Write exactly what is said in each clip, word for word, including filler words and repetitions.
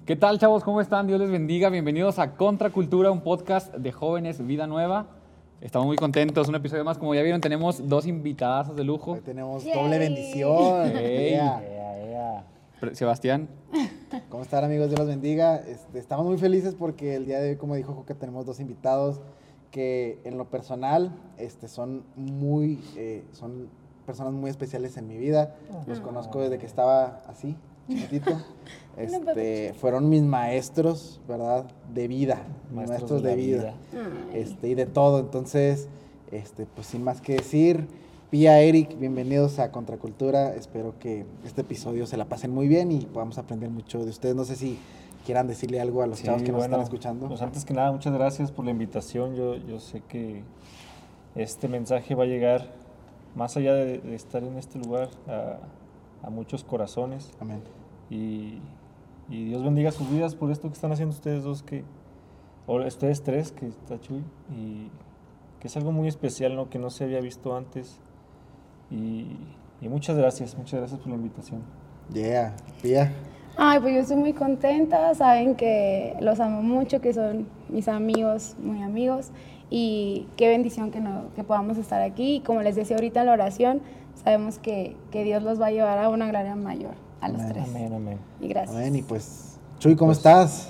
¿Qué tal, chavos? ¿Cómo están? Dios les bendiga. Bienvenidos a Contracultura, un podcast de jóvenes Vida Nueva. Estamos muy contentos. Un episodio más. Como ya vieron, tenemos dos invitadas de lujo. Hoy tenemos Yay. doble bendición. Ey. Yeah. Yeah, yeah. Pre- Sebastián. ¿Cómo están, amigos? Dios los bendiga. Este, estamos muy felices porque el día de hoy, como dijo Juca, tenemos dos invitados que en lo personal este, son muy, eh, son personas muy especiales en mi vida. Los conozco desde que estaba así, chiquitito. Este, fueron mis maestros, ¿verdad? De vida, mis maestros de, de vida, vida. Este, y de todo. Entonces, este, pues sin más que decir, Pía, Eric, bienvenidos a Contracultura. Espero que este episodio se la pasen muy bien y podamos aprender mucho de ustedes. No sé si quieran decirle algo a los Sí, chavos que nos bueno, están escuchando. Pues antes que nada, muchas gracias por la invitación. Yo, yo sé que este mensaje va a llegar más allá de, de estar en este lugar a, a muchos corazones. Amén. Y, y Dios bendiga sus vidas por esto que están haciendo ustedes dos, que, o ustedes tres, que está Chuy, y que es algo muy especial, ¿no? Que no se había visto antes. Y, y muchas gracias, muchas gracias por la invitación. Yeah, Pía. Ay, pues yo estoy muy contenta, saben que los amo mucho, que son mis amigos, muy amigos, y qué bendición que, no, que podamos estar aquí. Y como les decía ahorita en la oración, sabemos que, que Dios los va a llevar a una gloria mayor, a los Amén. tres. Amén, amén. Y gracias. Amén. Y pues, Chuy, ¿cómo Pues- estás?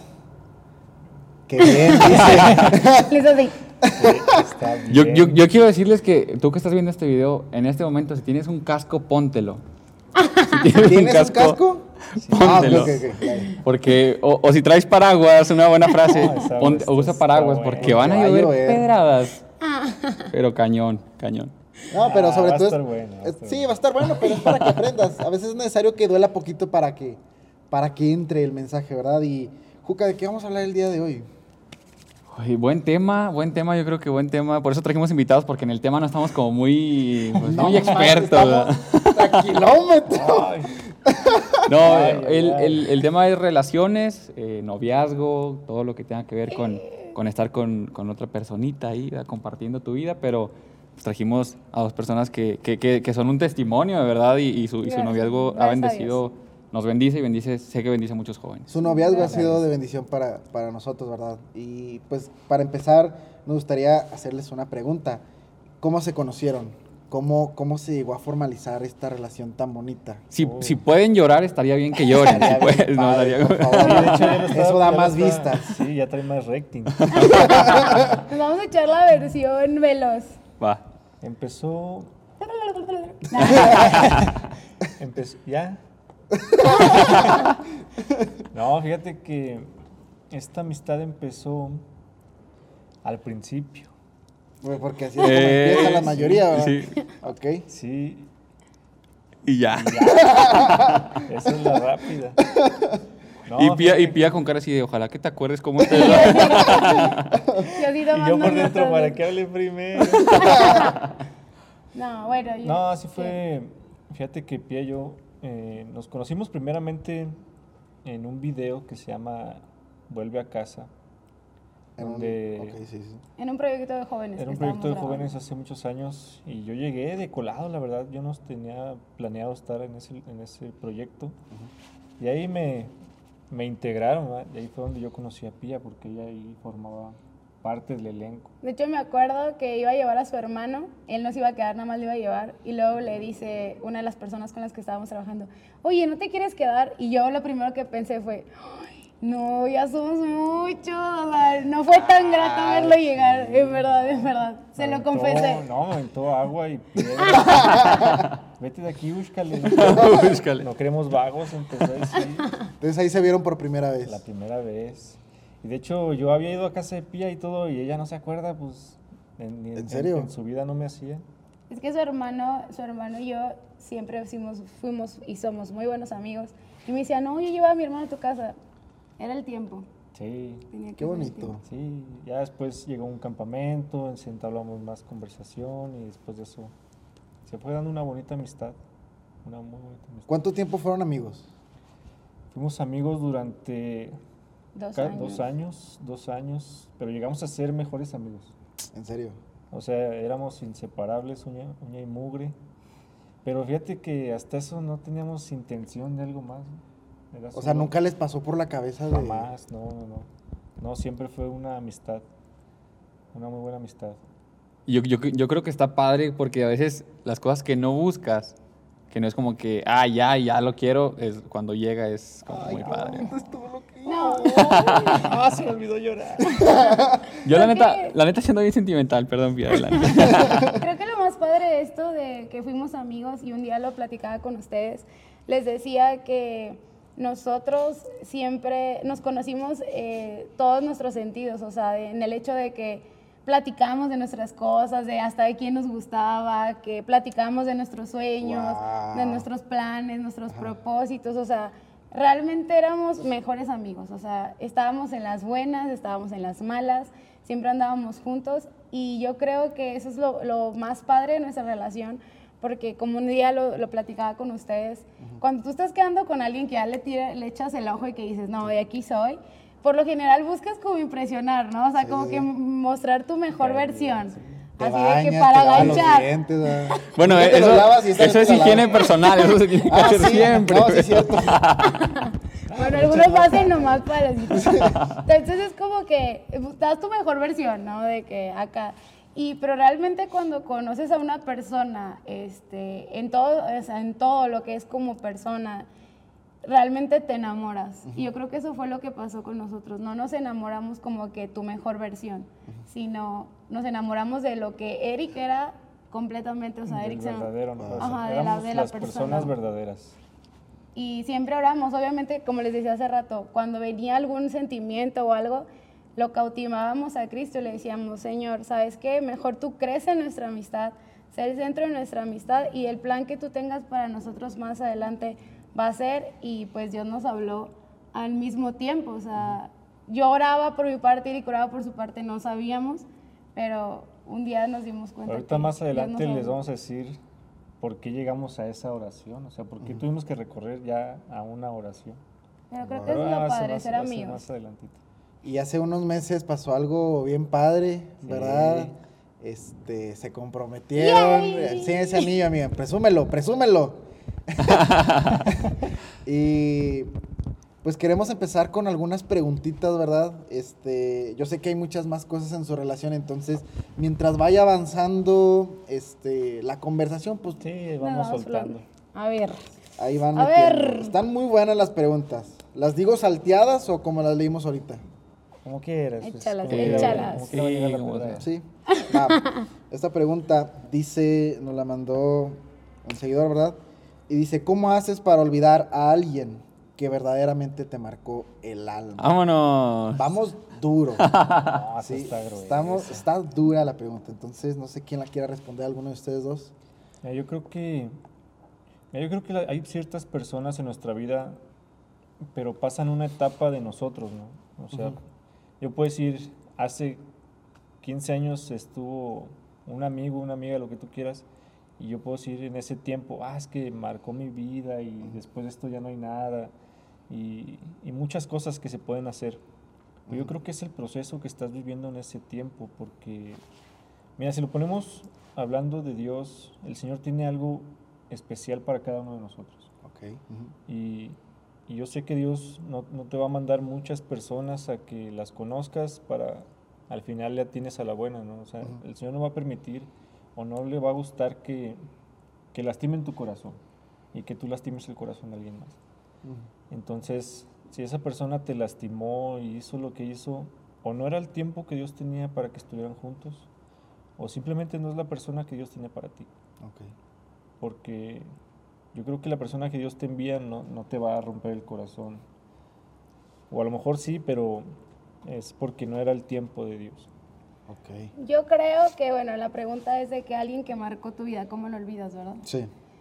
Qué bien, dice. Les así. Sí, está bien. Yo, yo, yo quiero decirles que tú que estás viendo este video, en este momento, si tienes un casco, póntelo. Si ¿Tienes un casco? Póntelo. Ah, ok, ok, ok, claro. Porque, o, o si traes paraguas, una buena frase, No, esa- ponte- esta usa está paraguas, buena. porque van a Va a llover llover. pedradas. Pero cañón, cañón. No, pero Ah, sobre va a todo. estar es- bueno, va a es- estar sí, bueno. va a estar bueno, pero es para que aprendas. A veces es necesario que duela poquito para que, para que entre el mensaje, ¿verdad? Y, Juca, ¿de qué vamos a hablar el día de hoy? Oye, buen tema, buen tema, yo creo que buen tema. Por eso trajimos invitados, porque en el tema no estamos como muy, pues, No, muy manches, expertos. ¿verdad? estamos a kilómetros. Ay, No, Ay, el, ay. el- el tema es relaciones, eh, noviazgo, todo lo que tenga que ver con, con estar con, con otra personita ahí, ¿verdad? Compartiendo tu vida, pero pues, trajimos a dos personas que, que, que, que son un testimonio, de verdad, y, y su, y su Gracias, noviazgo ha gracias a bendecido, nos bendice y bendice, sé que bendice a muchos jóvenes. Su noviazgo ha Gracias. sido de bendición para, para nosotros, ¿verdad? Y pues para empezar, nos gustaría hacerles una pregunta. ¿Cómo se conocieron? ¿Cómo, cómo se llegó a formalizar esta relación tan bonita? Si, Oh. si pueden llorar, estaría bien que lloren. Estaría si pueden, bien no, padre, estaría- por favor. sí, de hecho, ya lo estaba- Eso da ya lo más estaba- vistas. Sí, ya trae más rating. Nos vamos a echar la versión veloz. Va. Empezó. Empezó. ¿Ya? No, fíjate que esta amistad empezó al principio. Bueno, porque así es como Eh, empieza la sí, mayoría, ¿verdad? sí. Ok. Sí, Y ya. esa es la rápida. No, y, pía, y fíjate pía con cara así de, ojalá que te acuerdes cómo te... Y así que- tomando Y yo por dentro, notas. ¿para qué hable primero? No, bueno. yo- No, así fue. Fíjate que Pía y yo eh, nos conocimos primeramente en un video que se llama Vuelve a casa. En un- Donde ok, sí, sí. En un proyecto de jóvenes. era que un proyecto de estábamos jóvenes hace muchos años y yo llegué de colado, la verdad. Yo no tenía planeado estar en ese, en ese proyecto. Y ahí me, me integraron, ¿verdad? Y ahí fue donde yo conocí a Pía porque ella ahí formaba parte del elenco. De hecho, me acuerdo que iba a llevar a su hermano, él no se iba a quedar, nada más lo iba a llevar, y luego le dice una de las personas con las que estábamos trabajando, oye, ¿no te quieres quedar? Y yo lo primero que pensé fue, "Ay, no, ya somos muchos, o sea, no fue tan grato Ay, verlo llegar, sí. en verdad, en verdad, se Me lo aventó- confesé. No, me aventó agua y piedra. Vete de aquí, búscale. No, Búscale. no queremos vagos, empezó a decir Entonces ahí se vieron por primera vez. la primera vez. Y de hecho, yo había ido a casa de Pía y todo, y ella no se acuerda, pues. En, ni- ¿En serio? En, su vida no me hacía. Es que su hermano, su hermano y yo siempre fuimos, fuimos y somos muy buenos amigos, y me decía, no, yo llevaba a mi hermano a tu casa, era el tiempo. Sí, Tenía que Qué ser el bonito. tiempo. sí. Ya después llegó un campamento, entablamos más conversación, y después de eso se fue dando una bonita amistad. Una muy bonita amistad. ¿Cuánto tiempo fueron amigos? Fuimos amigos durante Dos ca- años. dos años, dos años, pero llegamos a ser mejores amigos. En serio. O sea, éramos inseparables, uña, uña y mugre. Pero fíjate que hasta eso no teníamos intención de algo más. ¿No? Era O sea, solo- nunca les pasó por la cabeza de... Jamás, no, no, no. No, siempre fue una amistad. Una muy buena amistad. Yo, yo, yo creo que está padre porque a veces las cosas que no buscas, que no es como que, ah, ya, ya lo quiero, es cuando llega es como muy padre. No, Ah, se me olvidó llorar. Yo la Creo neta, que- la neta siendo bien sentimental, perdón, Pia, adelante. creo que lo más padre de esto, de que fuimos amigos y un día lo platicaba con ustedes, les decía que nosotros siempre nos conocimos eh, todos nuestros sentidos, o sea, de- en el hecho de que platicamos de nuestras cosas, de hasta de quién nos gustaba, que platicamos de nuestros sueños, Wow. de nuestros planes, nuestros propósitos, o sea, realmente éramos mejores amigos, o sea, estábamos en las buenas, estábamos en las malas, siempre andábamos juntos y yo creo que eso es lo, lo más padre de nuestra relación, porque como un día lo, lo platicaba con ustedes, cuando tú estás quedando con alguien que ya le, tira, le echas el ojo y que dices, no, de aquí soy, por lo general buscas como impresionar, ¿no? O sea, Sí, como sí, que sí. mostrar tu mejor Caer bien, versión. sí. Te Así bañas, de que te para lavas los ganchar. dientes, ¿verdad? Bueno, Nunca te eso, los lavas y esta eso vez es te la higiene lavas. personal, eso se tiene que Ah, hacer sí. siempre. No, sí es cierto. Bueno, algunos lo hacen nomás para decir. Entonces es como que das tu mejor versión, ¿no? De que acá. Y pero realmente cuando conoces a una persona, este, en todo, o sea, en todo lo que es como persona, realmente te enamoras. Y yo creo que eso fue lo que pasó con nosotros. No nos enamoramos como que tu mejor versión, sino nos enamoramos de lo que Eric era completamente, o sea, Del Eric se- verdadero, ¿no? O sea, Ajá, de la, éramos de la las persona. personas verdaderas. Y siempre oramos, obviamente, como les decía hace rato, cuando venía algún sentimiento o algo, lo cautivábamos a Cristo y le decíamos, Señor, ¿sabes qué? Mejor tú crees en nuestra amistad, sé el centro de nuestra amistad y el plan que tú tengas para nosotros más adelante va a ser, y pues Dios nos habló al mismo tiempo, o sea, yo oraba por mi parte, Eric oraba por su parte, no sabíamos, pero un día nos dimos cuenta. Ahorita que más Dios adelante nos les habló. vamos a decir por qué llegamos a esa oración, o sea, por qué tuvimos que recorrer ya a una oración. Pero creo que Pero eso es lo va a ser padre, más- ser va a ser amigos. más adelantito. Y hace unos meses pasó algo bien padre, Sí. ¿verdad? Este, se comprometieron. Yay. Sí, ese anillo, amiga, presúmelo, presúmelo. Y pues queremos empezar con algunas preguntitas, ¿verdad? Este, yo sé que hay muchas más cosas en su relación, entonces, mientras vaya avanzando este, la conversación, pues Sí, Me vamos das soltando. flor. A ver. ahí van A metiendo. ver. Están muy buenas las preguntas. ¿Las digo salteadas o como las leímos ahorita? Como quieras. pues, Échalas, como quiera, échalas. como quiera va a llegar la Sí, como pregunta. Sí. Va. Esta pregunta dice, nos la mandó un seguidor, ¿verdad? Y dice, ¿cómo haces para olvidar a alguien que verdaderamente te marcó el alma? Vámonos. Vamos duro. No, esa Sí, está gruesa. estamos, está dura la pregunta, entonces no sé quién la quiera responder, alguno de ustedes dos. Mira, yo creo que mira, yo creo que la- hay ciertas personas en nuestra vida, pero pasan una etapa de nosotros, ¿no? O sea, Ujú. yo puedo decir, hace quince años estuvo un amigo, una amiga, lo que tú quieras, y yo puedo decir en ese tiempo, ah, es que marcó mi vida y después de esto ya no hay nada, y, y muchas cosas que se pueden hacer. Pero yo creo que es el proceso que estás viviendo en ese tiempo, porque, mira, si lo ponemos hablando de Dios, el Señor tiene algo especial para cada uno de nosotros. Ok. Ujú. Y, y yo sé que Dios no, no te va a mandar muchas personas a que las conozcas para al final ya tienes a la buena, ¿no? O sea, Ujú. el Señor no va a permitir o no le va a gustar que, que lastimen tu corazón y que tú lastimes el corazón de alguien más. Ujú. Entonces, si esa persona te lastimó y hizo lo que hizo, o no era el tiempo que Dios tenía para que estuvieran juntos, o simplemente no es la persona que Dios tiene para ti. Ok. Porque yo creo que la persona que Dios te envía no, no te va a romper el corazón. O a lo mejor sí, pero es porque no era el tiempo de Dios. Ok. Yo creo que, bueno, la pregunta es de que alguien que marcó tu vida, ¿cómo lo olvidas, verdad? Sí.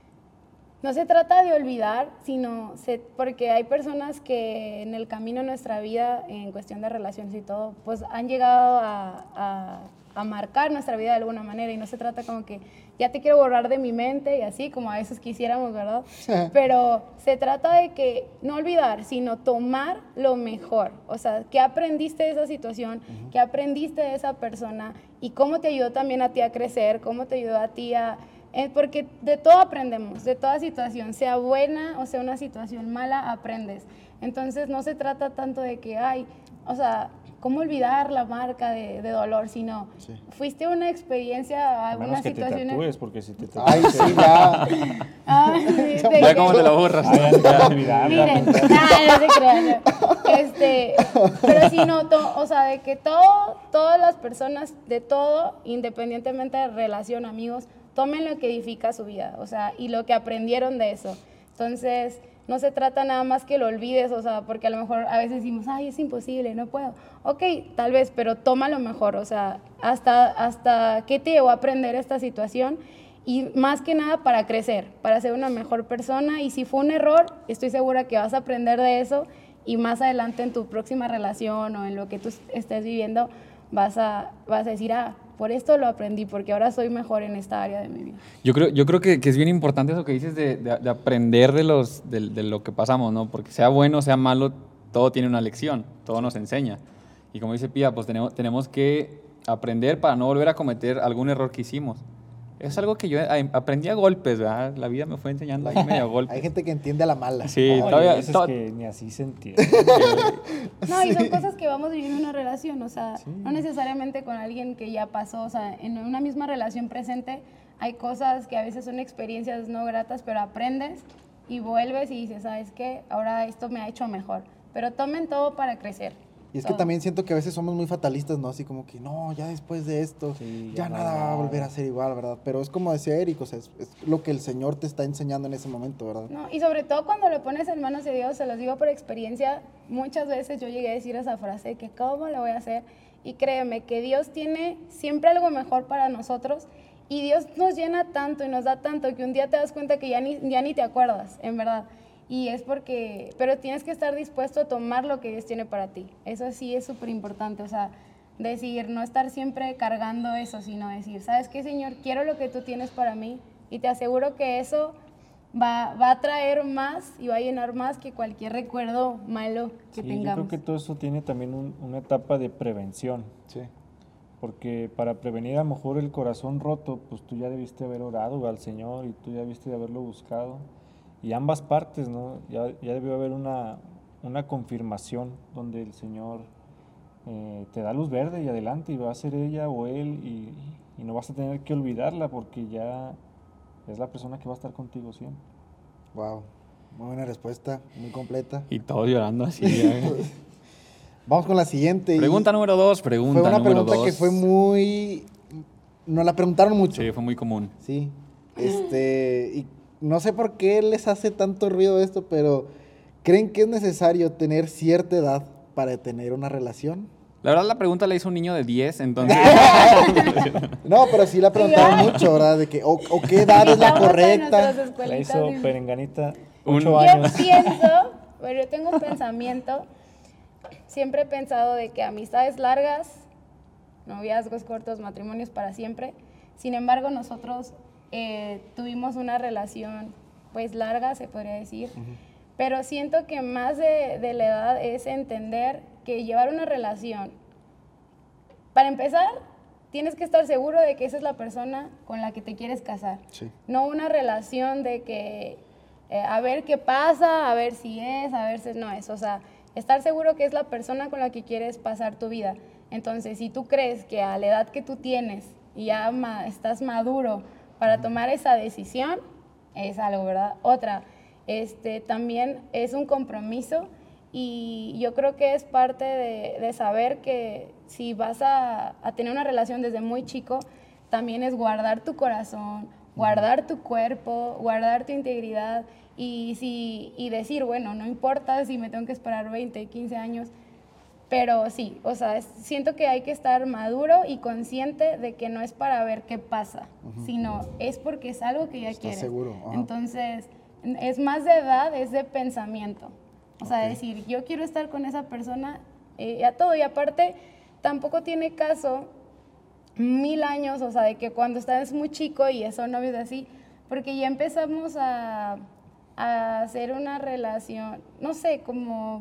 No se trata de olvidar, sino se, porque hay personas que en el camino de nuestra vida, en cuestión de relaciones y todo, pues han llegado a, a, a marcar nuestra vida de alguna manera, y no se trata como que ya te quiero borrar de mi mente y así, como a veces quisiéramos, ¿verdad? Pero se trata de que no olvidar, sino tomar lo mejor. O sea, ¿qué aprendiste de esa situación? ¿Qué aprendiste de esa persona? ¿Y cómo te ayudó también a ti a crecer? ¿Cómo te ayudó a ti a Eh, porque de todo aprendemos, de toda situación, sea buena o sea una situación mala, aprendes. Entonces no se trata tanto de que, ay, o sea, ¿cómo olvidar la marca de, de dolor? Sino, Sí. fuiste una experiencia, A alguna menos que situación. te tatúes, porque si te Ay, tatúes... sí, ya. Ay, de Ya que- cómo te lo borras. Ay, ya no te vas a olvidar, Miren, ¿no? nada, no se crean, no. Este, pero si no, to- o sea, de que todo, todas las personas, de todo, independientemente de relación, amigos, tomen lo que edifica su vida, o sea, y lo que aprendieron de eso. Entonces, no se trata nada más que lo olvides, o sea, porque a lo mejor a veces decimos, ay, es imposible, no puedo. Ok, tal vez, pero toma lo mejor, o sea, hasta, hasta qué te llevó a aprender esta situación y más que nada para crecer, para ser una mejor persona. Y si fue un error, estoy segura que vas a aprender de eso y más adelante en tu próxima relación o en lo que tú estés viviendo, vas a, vas a decir, ah, por esto lo aprendí, porque ahora soy mejor en esta área de mi vida. Yo creo, yo creo que, que es bien importante eso que dices de, de- de aprender de, los, de, de lo que pasamos, ¿no? Porque sea bueno, sea malo, todo tiene una lección, todo nos enseña. Y como dice Pía, pues tenemos, tenemos que aprender para no volver a cometer algún error que hicimos. Es algo que yo a- aprendí a golpes, ¿verdad? La vida me fue enseñando ahí medio a golpes. Hay gente que entiende a la mala. Sí, Oye, todavía... hay veces to- que ni así se entiende. No, y son cosas que vamos viviendo en una relación, o sea, Sí. no necesariamente con alguien que ya pasó, o sea, en una misma relación presente hay cosas que a veces son experiencias no gratas, pero aprendes y vuelves y dices, ¿sabes qué? Ahora esto me ha hecho mejor. Pero tomen todo para crecer. Y es que todo. también siento que a veces somos muy fatalistas, ¿no? Así como que, no, ya después de esto, Sí, ya ya no nada hay va a nada. volver a ser igual, ¿verdad? Pero es como decía Eric, o sea, es, es lo que el Señor te está enseñando en ese momento, ¿verdad? No, y sobre todo cuando lo pones en manos de Dios, se los digo por experiencia, muchas veces yo llegué a decir esa frase, que cómo lo voy a hacer, y créeme que Dios tiene siempre algo mejor para nosotros, y Dios nos llena tanto y nos da tanto que un día te das cuenta que ya ni, ya ni te acuerdas, en verdad, y es porque, pero tienes que estar dispuesto a tomar lo que Dios tiene para ti, eso sí es súper importante, o sea, decir, no estar siempre cargando eso, sino decir, ¿sabes qué, Señor? Quiero lo que tú tienes para mí, y te aseguro que eso Va, va a traer más y va a llenar más que cualquier recuerdo malo que Sí, yo tengamos. creo que todo eso tiene también un- una etapa de prevención, Sí. porque para prevenir a lo mejor el corazón roto, pues tú ya debiste haber orado al Señor y tú ya debiste de haberlo buscado. Y ambas partes, ¿no? Ya, ya debió haber una, una confirmación donde el Señor eh, te da luz verde y adelante y va a ser ella o él y, y no vas a tener que olvidarla porque ya es la persona que va a estar contigo siempre. Wow. Muy buena respuesta, muy completa. Y todos llorando así. ya. Vamos con la siguiente. y Pregunta número dos, pregunta Fue una número pregunta dos. que fue muy... Nos la preguntaron mucho. Sí, fue muy común. Sí. Este, y no sé por qué les hace tanto ruido esto, pero ¿creen que es necesario tener cierta edad para tener una relación? La verdad, la pregunta la hizo un niño de diez, entonces... No, pero sí la preguntaron Ay. mucho, ¿verdad? De que, o, o qué edad es la Estamos en correcta. nuestras La escuelitas hizo y- Perenganita Un- ocho Yo años. pienso, pero yo tengo un pensamiento, siempre he pensado de que amistades largas, noviazgos cortos, matrimonios para siempre. Sin embargo, nosotros eh, tuvimos una relación pues larga, se podría decir, pero siento que más de, de la edad es entender que llevar una relación, para empezar, tienes que estar seguro de que esa es la persona con la que te quieres casar. Sí. No una relación de que eh, a ver qué pasa, a ver si es, a ver si no es. O sea, estar seguro que es la persona con la que quieres pasar tu vida. Entonces, si tú crees que a la edad que tú tienes y ya ma- estás maduro para tomar esa decisión, es algo, ¿verdad? Otra, este, también es un compromiso y yo creo que es parte de, de saber que si vas a, a tener una relación desde muy chico, también es guardar tu corazón, guardar tu cuerpo, guardar tu integridad y, si, y decir, bueno, no importa si me tengo que esperar veinte, quince años, pero sí, o sea, es- siento que hay que estar maduro y consciente de que no es para ver qué pasa, sino es porque es algo que ya Estás quieres. seguro, ajá. Entonces, es más de edad, es de pensamiento. O sea, Ok. decir, yo quiero estar con esa persona eh, a todo. Y aparte, tampoco tiene caso mil años, o sea, de que cuando estás muy chico y son novios así, porque ya empezamos a, a hacer una relación, no sé, como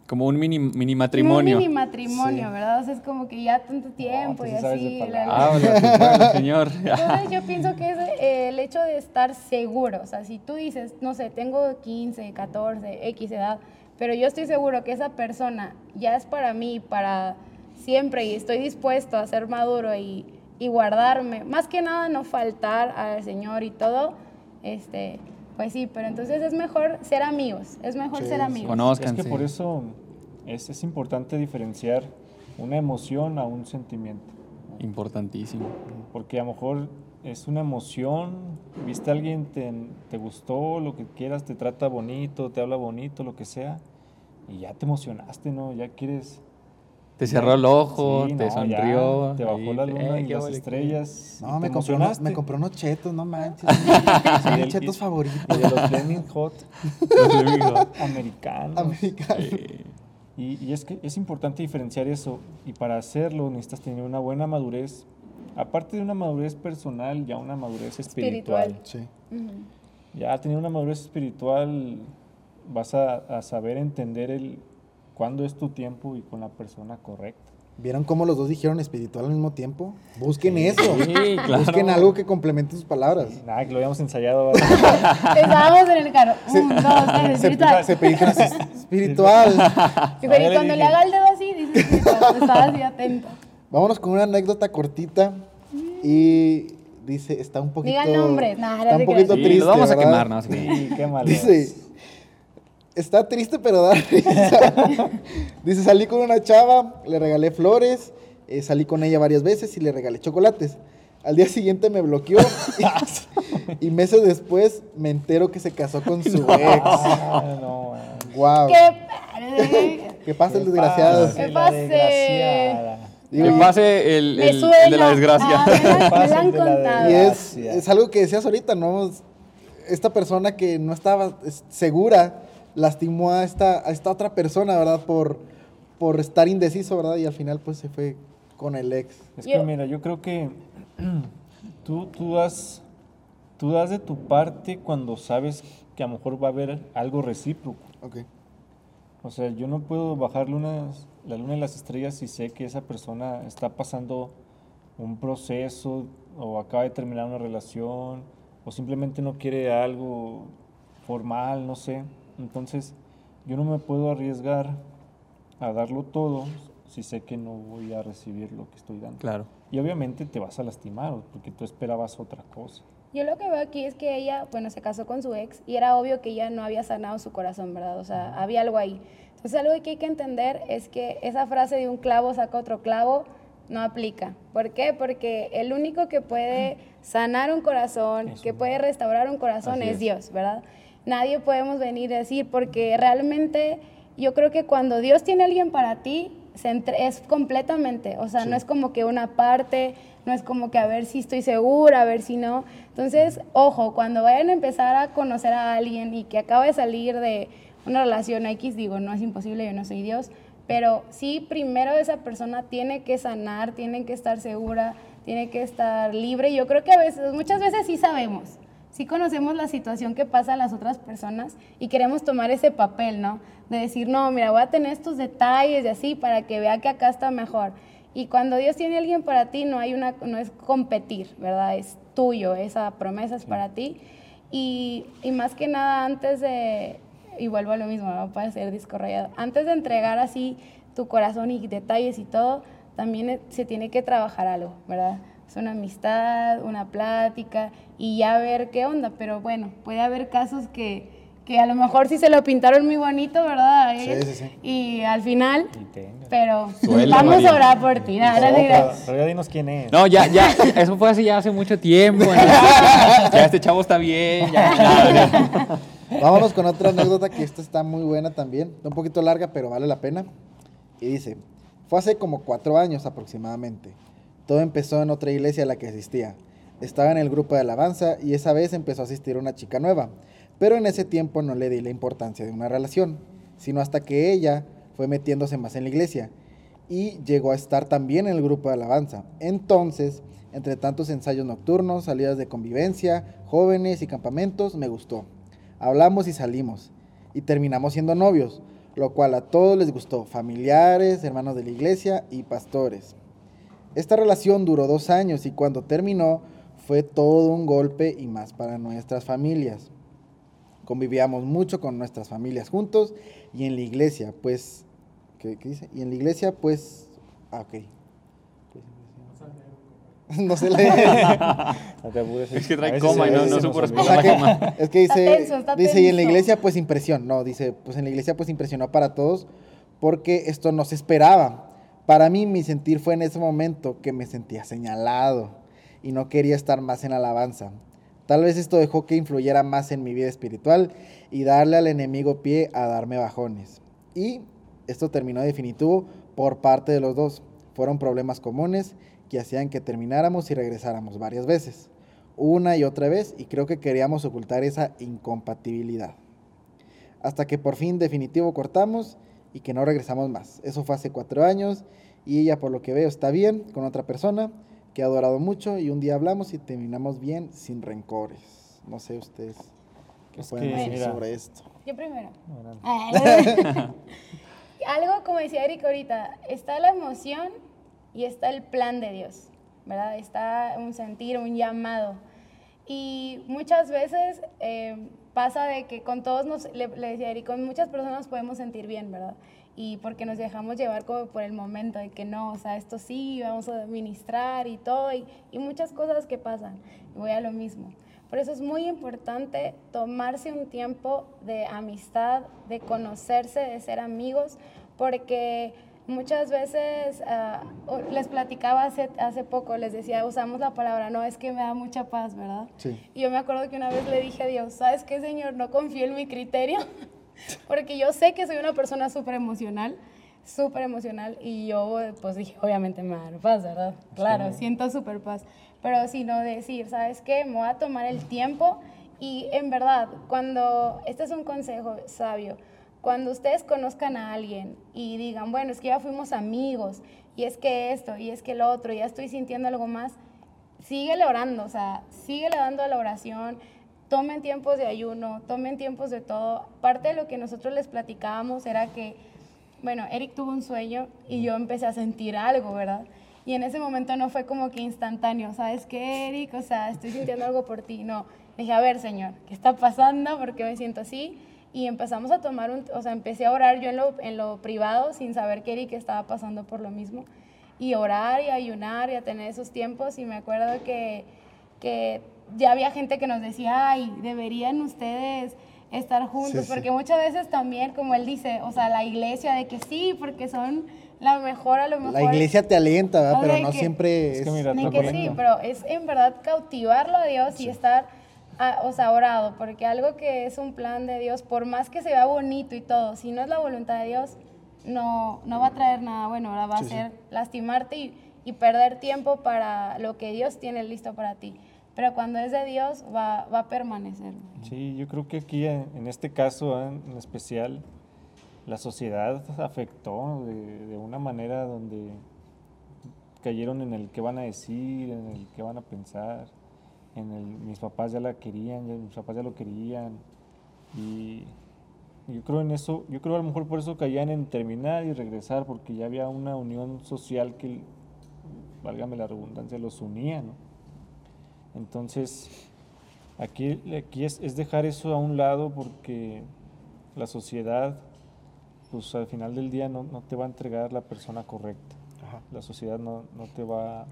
Como un mini, mini matrimonio. Un mini matrimonio, Sí. ¿verdad? O sea, es como que ya tanto tiempo tú y sí sabes de así. palabras. la- Habla tu pueblo, señor. Entonces yo pienso que es eh, el hecho de estar seguro, o sea, si tú dices, no sé, tengo quince, catorce, X edad, pero yo estoy seguro que esa persona ya es para mí, para siempre, y estoy dispuesto a ser maduro y, y guardarme, más que nada no faltar al Señor y todo, este, pues sí, pero entonces es mejor ser amigos, es mejor Sí, ser sí. amigos. Conózcanse. Es que por eso es, es importante diferenciar una emoción a un sentimiento. Importantísimo. Porque a lo mejor es una emoción, viste a alguien, te, te gustó, lo que quieras, te trata bonito, te habla bonito, lo que sea, y ya te emocionaste, ¿no? Ya quieres... Te cerró el ojo, Sí, te no, sonrió. ya, te bajó ahí, la luna eh, y qué las ole, qué- estrellas. y No, te me compré, unos, emocionaste. me compré unos chetos, no manches. Sí, Son mis el- chetos y- favoritos. Y de los Flaming Hot No sé, mijo. americanos. Americanos. Eh, Y, y es que es importante diferenciar eso, y para hacerlo necesitas tener una buena madurez, aparte de una madurez personal, ya una madurez espiritual. Espiritual. Sí. Ujú. Ya teniendo una madurez espiritual vas a, a saber entender el cuándo es tu tiempo y con la persona correcta. ¿Vieron cómo los dos dijeron espiritual al mismo tiempo? Busquen Sí, eso. sí, claro. Busquen algo que complemente sus palabras. Nada, que lo habíamos ensayado. ¿verdad? Estábamos en el carro, Se- un, dos, tres, Se, espiritual. se pedí espiritual. Y Ah, ya pero le cuando le dije. haga el dedo así, dice espiritual, estaba así atento. Vámonos con una anécdota cortita. Y dice, está un poquito... Digan nombres. Nah, no está un te poquito creas. Sí, triste, los vamos a ¿verdad? quemar, ¿no? Así que- Sí, qué malo. Dice, está triste pero da risa. Dice, salí con una chava, le regalé flores, eh, salí con ella varias veces y le regalé chocolates. Al día siguiente me bloqueó y, y meses después me entero que se casó con su ex. Ah, no, man. Wow. ¡Qué padre! ¿Qué pasa, el desgraciado? ¿Qué la pase? desgraciada. Digo, Que y- pase el, Me el- suena. el de la desgracia. Ah, me la- me la Pasa han el de la contado. Y es, Gracias. es algo que decías ahorita, ¿no? Esta persona que no estaba es, segura lastimó a esta, a esta otra persona, ¿verdad? Por, por estar indeciso, ¿verdad? Y al final pues se fue con el ex. Es Yo- que mira, yo creo que tú, tú, das, tú das de tu parte cuando sabes que a lo mejor va a haber algo recíproco. Ok. O sea, yo no puedo bajar lunas, la luna y las estrellas si sé que esa persona está pasando un proceso o acaba de terminar una relación o simplemente no quiere algo formal, no sé. Entonces, yo no me puedo arriesgar a darlo todo si sé que no voy a recibir lo que estoy dando. Claro. Y obviamente te vas a lastimar porque tú esperabas otra cosa. Yo lo que veo aquí es que ella, bueno, se casó con su ex y era obvio que ella no había sanado su corazón, ¿verdad? O sea, había algo ahí. Entonces, algo que hay que entender es que esa frase de un clavo saca otro clavo no aplica. ¿Por qué? Porque el único que puede sanar un corazón, Eso. que puede restaurar un corazón Así es es. Dios, ¿verdad? Nadie podemos venir a decir, porque realmente yo creo que cuando Dios tiene a alguien para ti, se entre- es completamente, o sea, Sí. no es como que una parte, no es como que a ver si estoy segura, a ver si no. Entonces, ojo, cuando vayan a empezar a conocer a alguien y que acaba de salir de una relación X, digo, no es imposible, yo no soy Dios, pero sí, primero esa persona tiene que sanar, tiene que estar segura, tiene que estar libre. Yo creo que a veces, muchas veces sí sabemos, sí conocemos la situación que pasa a las otras personas y queremos tomar ese papel, ¿no? De decir, no, mira, voy a tener estos detalles y así para que vea que acá está mejor. Y cuando Dios tiene a alguien para ti, no hay una, no es competir, ¿verdad? Es tuyo, esa promesa es para ti. Y, y más que nada, antes de, y vuelvo a lo mismo, no puede ser disco rayado, antes de entregar así tu corazón y detalles y todo, también eh, se tiene que trabajar algo, ¿verdad? Es una amistad, una plática y ya ver qué onda, pero bueno, puede haber casos que, que a lo mejor sí se lo pintaron muy bonito, ¿verdad? a él, Sí, sí, sí. Y al final, Y tenga. pero Suele, vamos María. a orar por ti. No, nada, no te pero, creas. pero ya dinos quién es. No, ya, ya, eso fue así ya hace mucho tiempo. ¿no? Ya este chavo está bien, ya, ya, ya. Vámonos con otra anécdota que esta está muy buena también. Está un poquito larga, pero vale la pena. Y dice, fue hace como cuatro años aproximadamente. Todo empezó en otra iglesia a la que asistía. Estaba en el grupo de alabanza y esa vez empezó a asistir una chica nueva. Pero en ese tiempo no le di la importancia de una relación, sino hasta que ella fue metiéndose más en la iglesia y llegó a estar también en el grupo de alabanza. Entonces, entre tantos ensayos nocturnos, salidas de convivencia, jóvenes y campamentos, me gustó. Hablamos y salimos y terminamos siendo novios. lo cual a todos les gustó, familiares, hermanos de la iglesia y pastores. Esta relación duró dos años y cuando terminó fue todo un golpe y más para nuestras familias. Convivíamos mucho con nuestras familias juntos y en la iglesia, pues, ¿qué, qué dice? Y en la iglesia, pues, ah, ok. No se lee. No te apures. Es que A trae veces coma y se- no, se no nos supo olvida. O sea responder la coma. que, es que dice, Está tenso, está dice, y en la tenso. iglesia pues impresión, no, dice, pues en la iglesia pues impresionó para todos porque esto no se esperaba. Para mí mi sentir fue en ese momento que me sentía señalado y no quería estar más en la alabanza. Tal vez esto dejó que influyera más en mi vida espiritual y darle al enemigo pie a darme bajones. Y esto terminó definitivo por parte de los dos. Fueron problemas comunes que hacían que termináramos y regresáramos varias veces, una y otra vez, y creo que queríamos ocultar esa incompatibilidad. Hasta que por fin definitivo cortamos y que no regresamos más. Eso fue hace cuatro años y ella, por lo que veo, está bien con otra persona que ha adorado mucho y un día hablamos y terminamos bien sin rencores. No sé ustedes qué Es pueden que, decir mira. sobre esto. Yo primero. Adelante. Ay, algo como decía Eric ahorita, está la emoción y está el plan de Dios, ¿verdad? Está un sentir, un llamado. Y muchas veces eh, pasa de que con todos, nos, le, le decía Eric, con muchas personas nos podemos sentir bien, ¿verdad? Y porque nos dejamos llevar como por el momento de que no, o sea, esto sí, vamos a ministrar y todo, y, y muchas cosas que pasan. Y voy a lo mismo. Por eso es muy importante tomarse un tiempo de amistad, de conocerse, de ser amigos, porque muchas veces, uh, les platicaba hace, hace poco, les decía, usamos la palabra, no, es que me da mucha paz, ¿verdad? Sí. Y yo me acuerdo que una vez le dije a Dios, ¿sabes qué, Señor? No confío en mi criterio, porque yo sé que soy una persona súper emocional, súper emocional, y yo pues dije, obviamente me va a dar paz, ¿verdad? Claro, Sí. siento súper paz, pero sino decir, ¿sabes qué? Me voy a tomar el tiempo y en verdad, cuando, este es un consejo sabio, cuando ustedes conozcan a alguien y digan, bueno, es que ya fuimos amigos, y es que esto, y es que lo otro, ya estoy sintiendo algo más, síguele orando, o sea, síguele dando a la oración, tomen tiempos de ayuno, tomen tiempos de todo. Parte de lo que nosotros les platicábamos era que, bueno, Eric tuvo un sueño y yo empecé a sentir algo, ¿verdad? Y en ese momento no fue como que instantáneo, ¿sabes qué, Eric? O sea, estoy sintiendo algo por ti. No, dije, a ver, Señor, ¿qué está pasando? ¿Por qué me siento así? Y empezamos a tomar un, o sea, empecé a orar yo en lo, en lo privado sin saber que Eric estaba pasando por lo mismo. Y orar y ayunar y a tener esos tiempos. Y me acuerdo que, que ya había gente que nos decía, ay, deberían ustedes estar juntos. Sí, sí. Porque muchas veces también, como él dice, o sea, la iglesia de que sí, porque son la mejor a lo mejor. La iglesia te alienta, ¿verdad? O Pero sea, no que- siempre Es es... que mira, Ni te que acuerdas- sí, pero es en verdad cautivarlo a Dios y estar, a- o sea, orado, porque algo que es un plan de Dios, por más que se vea bonito y todo, si no es la voluntad de Dios, no, no va a traer nada bueno, ahora va Sí, a sí. ser lastimarte y, y perder tiempo para lo que Dios tiene listo para ti. Pero cuando es de Dios, va, va a permanecer. Sí, yo creo que aquí en, en este caso ¿eh? en especial, la sociedad afectó de, de una manera donde cayeron en el qué van a decir, en el qué van a pensar, en el mis papás ya la querían, ya- mis papás ya lo querían, y yo creo en eso, yo creo a lo mejor por eso caían en terminar y regresar, porque ya había una unión social que, válgame la redundancia, los unía, ¿no? Entonces, aquí, aquí es, es dejar eso a un lado porque la sociedad, pues al final del día no, no te va a entregar la persona correcta. Ajá. La sociedad no, no te va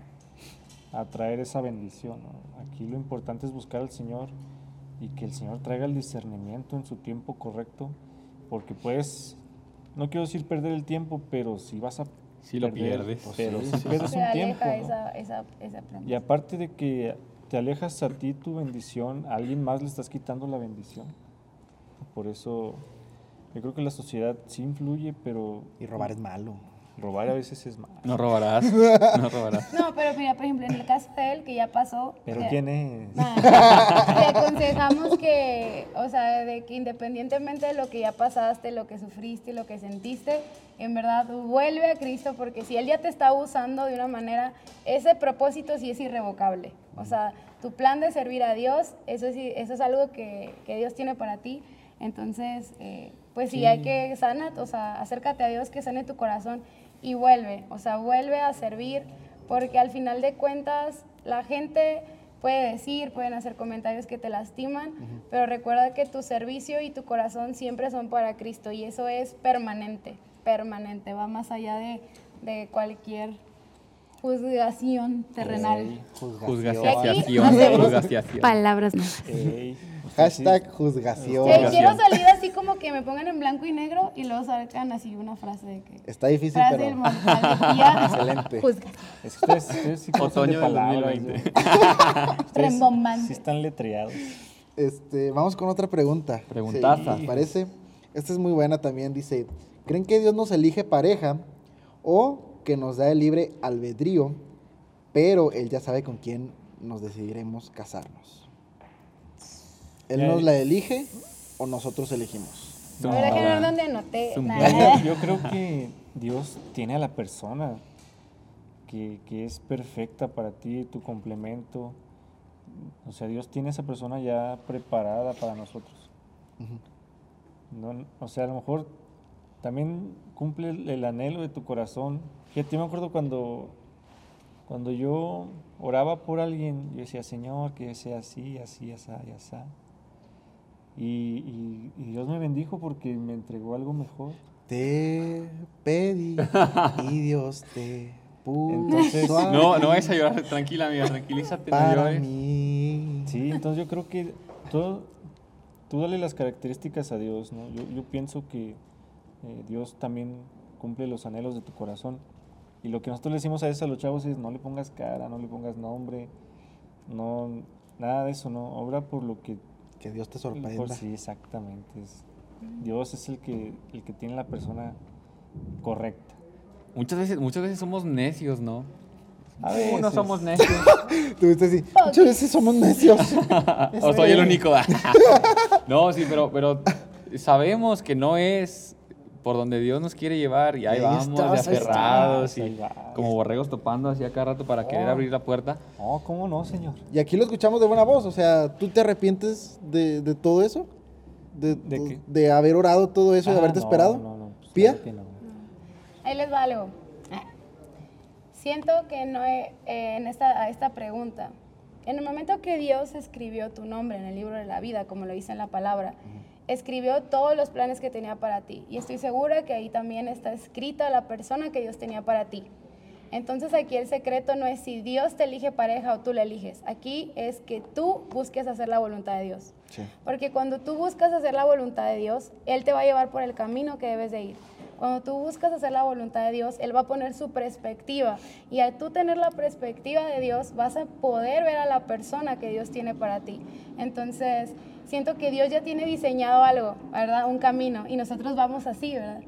a traer esa bendición, ¿no? Aquí lo importante es buscar al Señor y que el Señor traiga el discernimiento en su tiempo correcto, porque puedes, no quiero decir perder el tiempo, pero si vas a Sí lo perder, pierdes. pero Sí, sí, sí, pierdes Se un aleja tiempo, ¿no? esa, esa, esa promesa. Y aparte de que te alejas a ti tu bendición, a alguien más le estás quitando la bendición. Por eso yo creo que la sociedad sí influye, pero Y robar es malo. robar a veces es malo. No robarás, no robarás. No, pero mira, por ejemplo, en el caso de él, que ya pasó. ¿Pero que- quién es? Ah, te aconsejamos que, o sea, de que independientemente de lo que ya pasaste, lo que sufriste, lo que sentiste, en verdad vuelve a Cristo, porque si Él ya te está usando de una manera, ese propósito sí es irrevocable. O sea, tu plan de servir a Dios, eso, sí, eso es algo que, que Dios tiene para ti. Entonces, eh, pues sí, Sí. hay que sanar, o sea, acércate a Dios que sane tu corazón y vuelve, o sea, vuelve a servir, porque al final de cuentas la gente puede decir, pueden hacer comentarios que te lastiman, uh-huh. pero recuerda que tu servicio y tu corazón siempre son para Cristo y eso es permanente, permanente, va más allá de, de cualquier juzgación terrenal. Ey, juzgación. Juzgación. Palabras no. Ey, Hashtag juzgación. Ey, quiero salir así como que me pongan en blanco y negro y luego sacan así una frase de que... Está difícil, frase pero... del mortal de tía, excelente. Juzgación. Es que ustedes, ustedes sí conocen Otoño de del palabras, dos mil veinte. ¿no? Ustedes Rembombante. sí están letreados. Este, vamos con otra pregunta. Preguntaza. Sí, parece. Esta es muy buena también. Dice, ¿creen que Dios nos elige pareja o que nos da el libre albedrío, pero Él ya sabe con quién nos decidiremos casarnos? ¿Él nos la elige o nosotros elegimos? No, a ver, déjenme ver dónde anoté. Zum- Nah. Yo creo que Dios tiene a la persona que, que es perfecta para ti, tu complemento. O sea, Dios tiene a esa persona ya preparada para nosotros. Uh-huh. No, o sea, a lo mejor también cumple el, el anhelo de tu corazón. Fíjate, yo me acuerdo cuando, cuando yo oraba por alguien, yo decía, Señor, que sea así, así, así, así. Y, y, y Dios me bendijo porque me entregó algo mejor. Te pedí y Dios te puso. Entonces, No, no vayas a llorar, tranquila amiga, tranquilízate, no para llores. mí. Sí, entonces yo creo que todo, tú dale las características a Dios, ¿no? Yo, yo pienso que eh, Dios también cumple los anhelos de tu corazón. Y lo que nosotros le decimos a veces a los chavos es no le pongas cara, no le pongas nombre, no, nada de eso, no, obra por lo que... Que Dios te sorprenda. Por sí, exactamente. Es, Dios es el que, el que tiene la persona correcta. Muchas veces, muchas veces somos necios, ¿no? A veces. Unos somos necios. Tú viste así, muchas veces somos necios. O soy el único. No, sí, pero, pero sabemos que no es por donde Dios nos quiere llevar y ahí, Ahí vamos, estás, de ahí aferrados estás, y ahí vas. como borregos topando así a cada rato para Oh. querer abrir la puerta. No, ¿cómo no, Señor? Y aquí lo escuchamos de buena voz, o sea, ¿tú te arrepientes de, de todo eso? ¿De, ¿De de, qué? de haber orado todo eso y de Ah, haberte no, esperado? No, no, pues, ¿Pía? claro que no. Ahí les va algo. Siento que no he, eh, en esta, a esta pregunta, en el momento que Dios escribió tu nombre en el libro de la vida, como lo dice en la palabra, escribió todos los planes que tenía para ti. Y estoy segura que ahí también está escrita la persona que Dios tenía para ti. Entonces aquí el secreto no es si Dios te elige pareja o tú la eliges. Aquí es que tú busques hacer la voluntad de Dios. Sí. Porque cuando tú buscas hacer la voluntad de Dios, Él te va a llevar por el camino que debes de ir. Cuando tú buscas hacer la voluntad de Dios, Él va a poner su perspectiva. Y al tú tener la perspectiva de Dios, vas a poder ver a la persona que Dios tiene para ti. Entonces, siento que Dios ya tiene diseñado algo, ¿verdad? Un camino. Y nosotros vamos así, ¿verdad?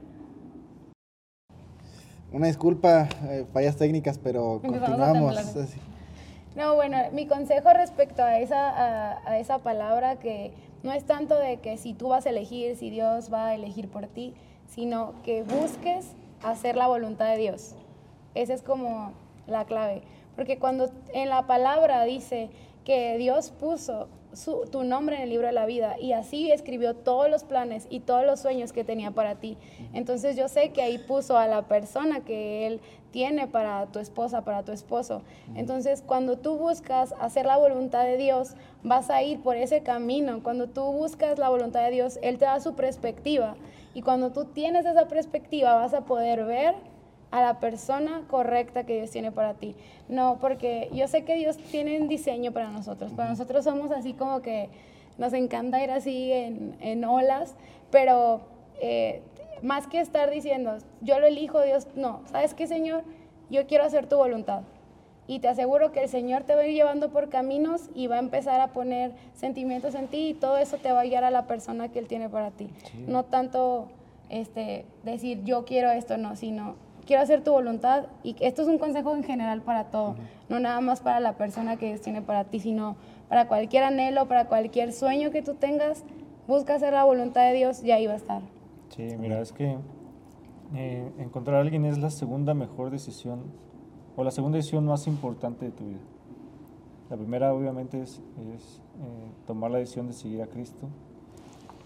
Una disculpa, eh, fallas técnicas, pero Empezamos a continuamos. temblar. Así. No, bueno, mi consejo respecto a esa, a, a esa palabra que no es tanto de que si tú vas a elegir, si Dios va a elegir por ti, sino que busques hacer la voluntad de Dios. Esa es como la clave. Porque cuando en la palabra dice que Dios puso su, tu nombre en el libro de la vida y así escribió todos los planes y todos los sueños que tenía para ti, entonces yo sé que ahí puso a la persona que Él tiene para tu esposa, para tu esposo. Entonces, cuando tú buscas hacer la voluntad de Dios, vas a ir por ese camino. Cuando tú buscas la voluntad de Dios, Él te da su perspectiva. Y cuando tú tienes esa perspectiva, vas a poder ver a la persona correcta que Dios tiene para ti. No, porque yo sé que Dios tiene un diseño para nosotros. Para nosotros somos así como que nos encanta ir así en, en olas, pero eh, más que estar diciendo, yo lo elijo, Dios, no. ¿Sabes qué, Señor? Yo quiero hacer tu voluntad. Y te aseguro que el Señor te va a ir llevando por caminos y va a empezar a poner sentimientos en ti y todo eso te va a guiar a la persona que Él tiene para ti. Sí. No tanto este, decir, yo quiero esto, no, sino quiero hacer tu voluntad. Y esto es un consejo en general para todo, uh-huh. No nada más para la persona que Dios tiene para ti, sino para cualquier anhelo, para cualquier sueño que tú tengas, busca hacer la voluntad de Dios y ahí va a estar. Sí, mira, es que eh, encontrar a alguien es la segunda mejor decisión o la segunda decisión más importante de tu vida. La primera obviamente es, es eh, tomar la decisión de seguir a Cristo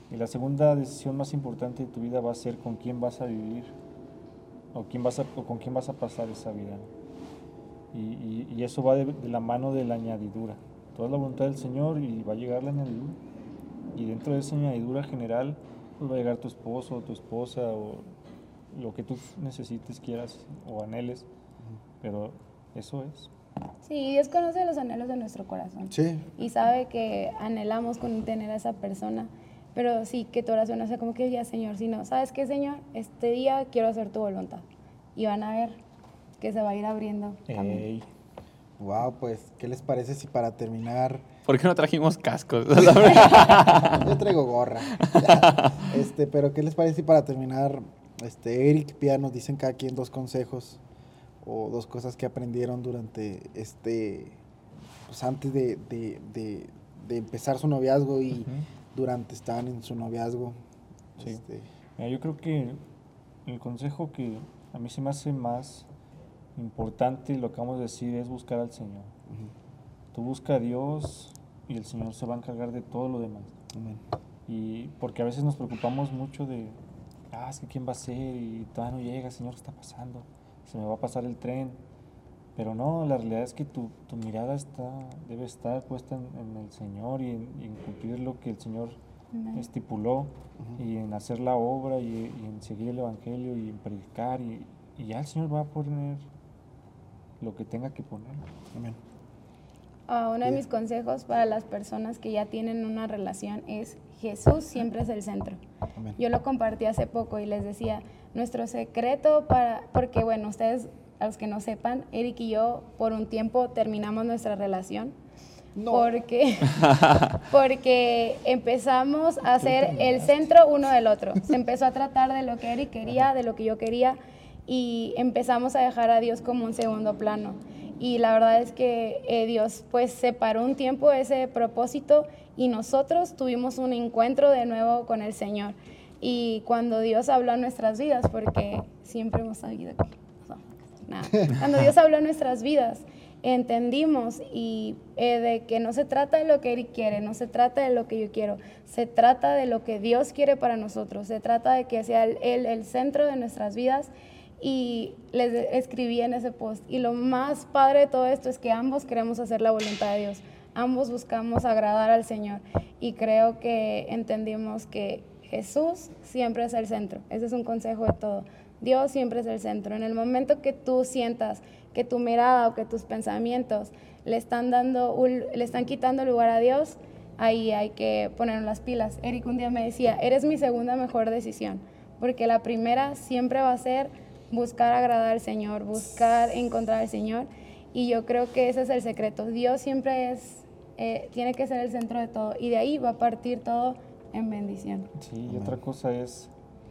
Y la segunda decisión más importante de tu vida va a ser con quién vas a vivir o, quién vas a, o con quién vas a pasar esa vida. Y, y, y eso va de, de la mano de la añadidura. Toda la voluntad del Señor y va a llegar la añadidura. Y dentro de esa añadidura general, pues va a llegar tu esposo o tu esposa o lo que tú necesites, quieras o anheles. Pero eso es. Sí, Dios conoce los anhelos de nuestro corazón. Sí. Y sabe que anhelamos con tener a esa persona. Pero sí, que tu oración no sea como que ya, Señor, sino, ¿sabes qué, Señor? Este día quiero hacer tu voluntad. Y van a ver que se va a ir abriendo camino. Ey. Wow, pues, ¿qué les parece si para terminar... ¿Por qué no trajimos cascos? Yo traigo gorra. Este, pero ¿qué les parece si para terminar, este, Eric, Pia, nos dicen cada quien dos consejos o dos cosas que aprendieron durante este, pues antes de, de, de, de empezar su noviazgo y Ujú. durante estaban en su noviazgo? Sí. Este, Mira, yo creo que el consejo que a mí se me hace más importante, y lo que acabamos de decir, es buscar al Señor. ujú. Tú busca a Dios y el Señor se va a encargar de todo lo demás. Amén. Y porque a veces nos preocupamos mucho de, ah, es que quién va a ser y todavía no llega, Señor, ¿qué está pasando? Se me va a pasar el tren. Pero no, la realidad es que tu, tu mirada está, debe estar puesta en, en el Señor y en, y en cumplir lo que el Señor Amén. estipuló, Ujú. y en hacer la obra y, y en seguir el Evangelio y en predicar, y, y ya el Señor va a poner lo que tenga que poner. Amén. Ah, uno de Bien. mis consejos para las personas que ya tienen una relación es Jesús siempre es el centro. Amén. Yo lo compartí hace poco y les decía, nuestro secreto para, porque bueno, ustedes, a los que no sepan, Eric y yo por un tiempo terminamos nuestra relación. No. Porque, porque empezamos a ser el centro uno del otro. Se empezó a tratar de lo que Eric quería, de lo que yo quería, y empezamos a dejar a Dios como un segundo plano. Y la verdad es que eh, Dios pues separó un tiempo ese propósito y nosotros tuvimos un encuentro de nuevo con el Señor. Y cuando Dios habló a nuestras vidas, porque siempre hemos sabido que no, nada. Cuando Dios habló a nuestras vidas, entendimos y eh, de que no se trata de lo que Eric quiere, no se trata de lo que yo quiero, se trata de lo que Dios quiere para nosotros, se trata de que sea Él el, el centro de nuestras vidas. Y les escribí en ese post, y lo más padre de todo esto es que ambos queremos hacer la voluntad de Dios, ambos buscamos agradar al Señor, y creo que entendimos que Jesús siempre es el centro. Ese es un consejo de todo. Dios siempre es el centro. En el momento que tú sientas que tu mirada o que tus pensamientos le están dando, un, le están quitando lugar a Dios, ahí hay que poner las pilas. Eric un día me decía, eres mi segunda mejor decisión, porque la primera siempre va a ser buscar agradar al Señor, buscar encontrar al Señor, y yo creo que ese es el secreto. Dios siempre es, eh, tiene que ser el centro de todo, y de ahí va a partir todo en bendición. Sí, y otra cosa es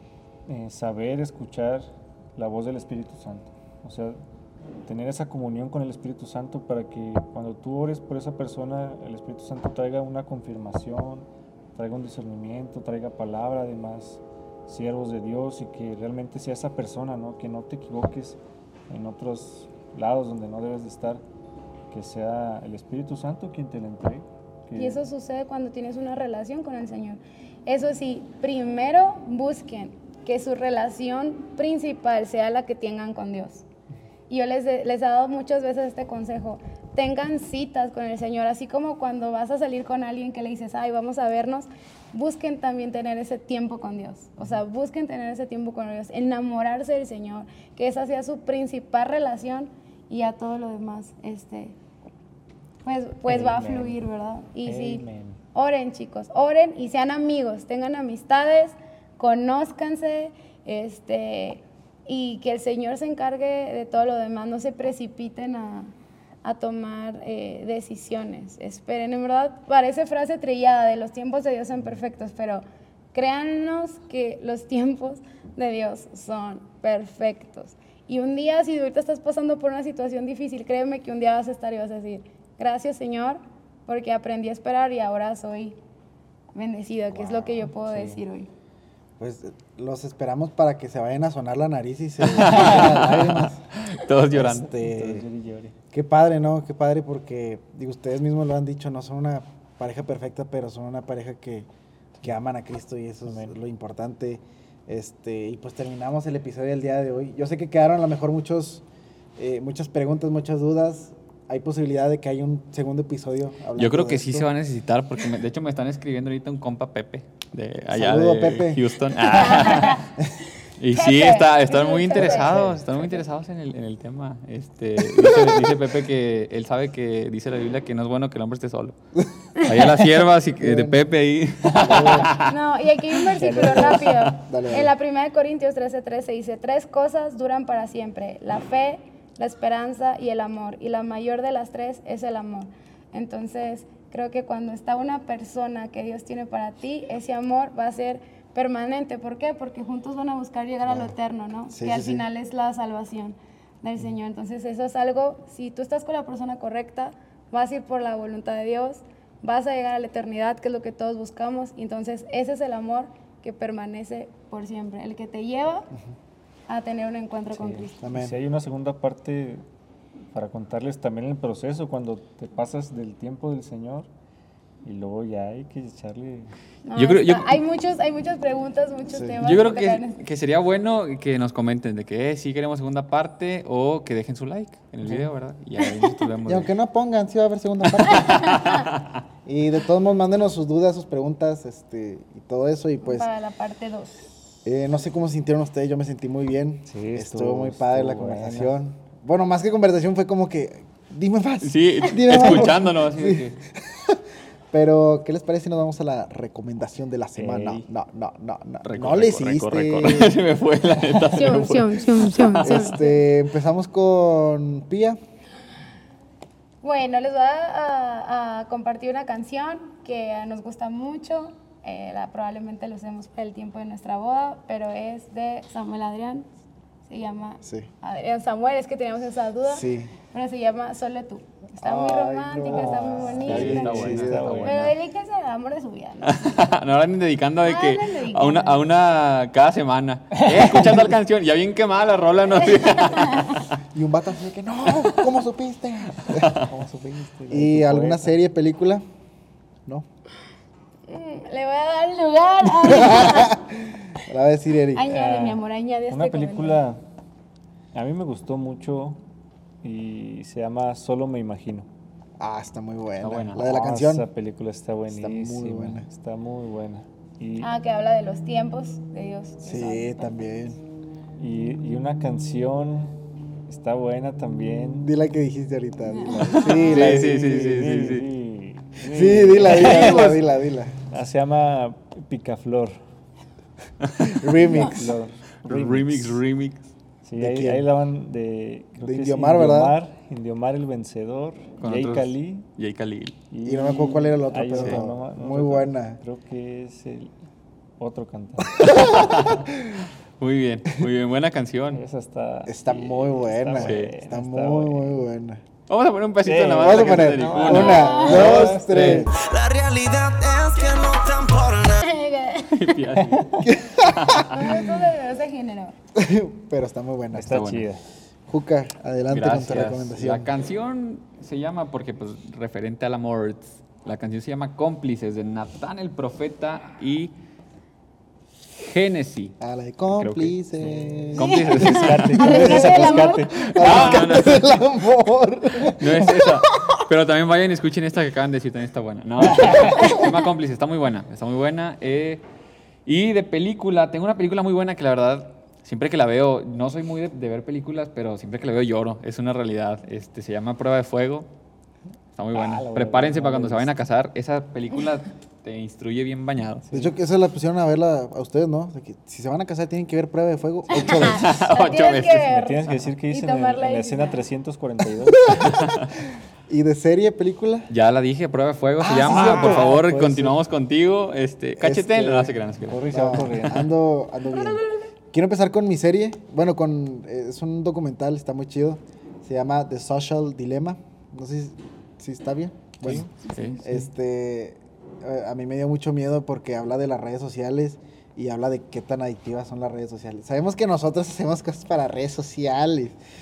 eh, saber escuchar la voz del Espíritu Santo. O sea, tener esa comunión con el Espíritu Santo para que cuando tú ores por esa persona, el Espíritu Santo traiga una confirmación, traiga un discernimiento, traiga palabra de más siervos de Dios, y que realmente sea esa persona, ¿no? Que no te equivoques en otros lados donde no debes de estar, que sea el Espíritu Santo quien te la entregue. Que... Y eso sucede cuando tienes una relación con el Señor. Eso sí, primero busquen que su relación principal sea la que tengan con Dios. Y yo les, les he dado muchas veces este consejo: tengan citas con el Señor, así como cuando vas a salir con alguien que le dices, ay, vamos a vernos, busquen también tener ese tiempo con Dios. O sea, busquen tener ese tiempo con Dios, enamorarse del Señor, que esa sea su principal relación, y a todo lo demás, este, pues, pues va a Amen. fluir, ¿verdad? Y sí, Amen. oren, chicos, oren y sean amigos, tengan amistades, conózcanse, este, y que el Señor se encargue de todo lo demás, no se precipiten a, a tomar eh, decisiones, esperen. En verdad parece frase trillada de los tiempos de Dios son perfectos, pero créannos que los tiempos de Dios son perfectos. Y un día, si ahorita estás pasando por una situación difícil, créeme que un día vas a estar y vas a decir, gracias Señor, porque aprendí a esperar y ahora soy bendecido, que es lo que yo puedo Sí. decir hoy. Pues eh, los esperamos para que se vayan a sonar la nariz y se les salgan las lágrimas. Todos llorando. Este, Entonces, llore y llore. Qué padre, ¿no? Qué padre, porque digo, ustedes mismos lo han dicho, no son una pareja perfecta, pero son una pareja que que aman a Cristo y eso Amén. es lo importante. Este, y pues terminamos el episodio del día de hoy. Yo sé que quedaron a lo mejor muchos, eh, muchas preguntas, muchas dudas. Hay posibilidad de que haya un segundo episodio. Yo creo de que sí esto. se va a necesitar, porque me- de hecho me están escribiendo ahorita un compa Pepe, de allá Saludo, de Pepe. Houston. Ah. Y sí, Pepe, está, están muy Pepe. interesados, están muy interesados en el, en el tema. Este, dice, dice Pepe que él sabe que dice la Biblia que no es bueno que el hombre esté solo. Allá las siervas y que- de Pepe ahí. No, y aquí hay un versículo rápido. Dale, dale. En la primera de Corintios trece trece dice, tres cosas duran para siempre, la fe, la esperanza y el amor. Y la mayor de las tres es el amor. Entonces, creo que cuando está una persona que Dios tiene para ti, ese amor va a ser permanente. ¿Por qué? Porque juntos van a buscar llegar a lo eterno, ¿no? Sí, que sí, al sí. final es la salvación del Señor. Entonces, eso es algo, si tú estás con la persona correcta, vas a ir por la voluntad de Dios, vas a llegar a la eternidad, que es lo que todos buscamos. Y entonces, ese es el amor que permanece por siempre, el que te lleva a tener un encuentro con Sí. Cristo. Amén. Y si hay una segunda parte para contarles también el proceso, cuando te pasas del tiempo del Señor y luego ya hay que echarle... No, Yo creo- está- yo- hay, muchos, hay muchas preguntas, muchos Sí. temas. Yo creo tocan- que, que sería bueno que nos comenten de que eh, sí queremos segunda parte o que dejen su like en el video, ¿verdad? Y ahí nosotros vemos. Y de- aunque no pongan, sí va a haber segunda parte. Y de todos modos, mándenos sus dudas, sus preguntas, este, y todo eso. Y pues, para la parte dos. eh, no sé cómo se sintieron ustedes, yo me sentí muy bien. Sí, estuvo, estuvo- muy padre la estuvo buena. conversación. Bueno, más que conversación fue como que, dime más. Sí, dime más. escuchándonos. Así de Sí. que- Pero, ¿qué les parece si nos vamos a la recomendación de la semana? Ey. No, no, no, no. Reco, no le reco, reco, hiciste. reco. Se me fue la neta. se me fue. Este, empezamos con Pía. Bueno, les voy a, a- a compartir una canción que nos gusta mucho. Eh, la, probablemente lo usemos para el tiempo de nuestra boda, pero es de Samuel Adrián. Se llama Sí. Adrián Samuel, es que teníamos esa duda. Sí. Pero se llama Solo tú. Está muy Ay, romántica, no. está muy bonita. Está bien, está Sí, buena, sí, está está buena. Pero dedíquese al amor de su vida, ¿no? No la anden dedicando de No que anden dedicando. a una, a una cada semana. Eh, escuchando la canción, ya bien quemada la rola, no sé. Y un vato así de que, no, ¿cómo supiste? ¿Cómo supiste? ¿Y Tu alguna poeta. serie, película? No. Mm, Le voy a dar el lugar. Ay, La va a decir Eric. añade, Ah, mi amor, añade Una este película a mí me gustó mucho y se llama Solo me imagino. Ah, está muy buena. Está buena. La de la Ah, canción. Esa película está buenísima. muy buena. Está muy buena. Y, Ah, que habla de los tiempos de Dios. Sí, también. y, y una canción está buena también. Dila que dijiste ahorita. Dila. Sí, Sí, la- sí, sí, sí, sí, sí. sí. Sí, dila, dila, dila, dila, dila. Ah, se llama Picaflor. Remix. Flor. Remix, remix. Sí, ¿De ahí, quién? ahí la van de... creo De que es Indiomar, ¿verdad? Indiomar, Indiomar el vencedor, Con Jay otros- Cali. Jay Khalil. Y no me acuerdo cuál era el otro, hay pero otro, no, no- no muy recuerdo. buena. Creo que es el otro cantante. Muy bien, muy bien. Buena canción. Esa está... Está muy buena. Sí. Está muy, muy buena. Vamos a poner un pesito Sí, en la Vamos banda. a que poner se dedica. una, Uno, dos, tres. La realidad es que no están por nada. No me gusta de ese género. Pero está muy buena. Está, buena. chida. Juca, adelante con tu Gracias. recomendación. La canción se llama, porque pues referente al amor, la canción se llama Cómplices de Natán el Profeta y Génesis. A la de Creo que- cómplices. Cómplices. Rescate, Rescate del amor. rescate. No, no, no, El amor. no es esa. Pero también vayan y escuchen esta que acaban de decir, también está buena. No, se llama Cómplices, está muy buena, está muy buena. eh, y de película, tengo una película muy buena que la verdad, siempre que la veo, no soy muy de, de ver películas, pero siempre que la veo lloro, es una realidad. Este, se llama Prueba de Fuego, está muy buena. Ah, la voy a Prepárense ver, para no cuando la se he vayan a casar, esa película te instruye bien bañado. De hecho, que esa la pusieron a verla a ustedes, ¿no? O sea, que si se van a casar tienen que ver Prueba de Fuego ocho veces. La Ocho tienes veces. que Me Me ver. tienes que decir qué Y dicen en, tomarla en la y- escena trescientos cuarenta y dos. ¿Y de serie, película? Ya la dije, Prueba de Fuego Ah, se sí, llama. cierto. Por favor, Puede ser. continuamos contigo. Este, cacheten, Este- no, no se crean, no se crean. Corre y se va No, corriendo. ando, ando bien. Quiero empezar con mi serie. Bueno, con eh, es un documental, está muy chido. Se llama The Social Dilemma. No sé si, si está bien. Bueno, Sí, sí. este, eh, a mí me dio mucho miedo porque habla de las redes sociales y habla de qué tan adictivas son las redes sociales. Sabemos que nosotros hacemos cosas para redes sociales,